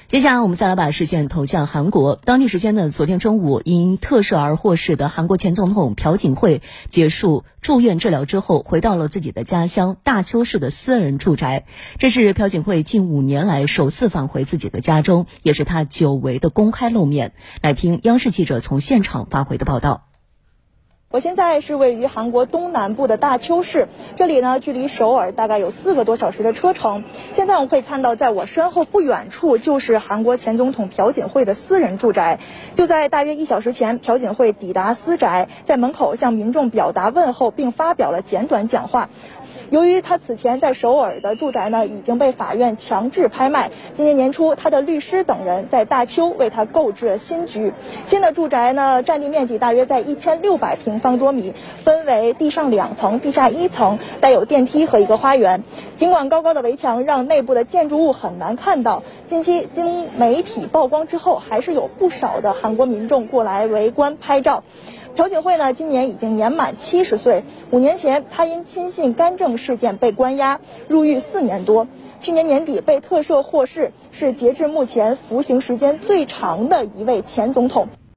接下来我们再来把视线投向韩国。当地时间的昨天中午，因特赦而获释的韩国前总统朴槿惠结束住院治疗之后，回到了自己的家乡大邱市的私人住宅。这是朴槿惠近5年来首次返回自己的家中，也是他久违的公开露面。来听央视记者从现场发回的报道。 我现在是位于韩国东南部的大邱市，这里呢距离首尔大概有4个多小时的车程。现在我们可以看到，在我身后不远处就是韩国前总统朴槿惠的私人住宅。就在大约1小时前，朴槿惠抵达私宅，在门口向民众表达问候，并发表了简短讲话。由于他此前在首尔的住宅呢已经被法院强制拍卖，今年年初他的律师等人在大邱为他购置了新居。新的住宅呢占地面积大约在1600平方多米，分为地上2层、地下1层，带有电梯和一个花园。尽管高高的围墙让内部的建筑物很难看到，近期经媒体曝光之后，还是有不少的韩国民众过来围观拍照。朴槿惠呢，今年已经年满70岁。5年前，他因亲信干政事件被关押，入狱4年多。去年年底被特赦获释，是截至目前服刑时间最长的一位前总统。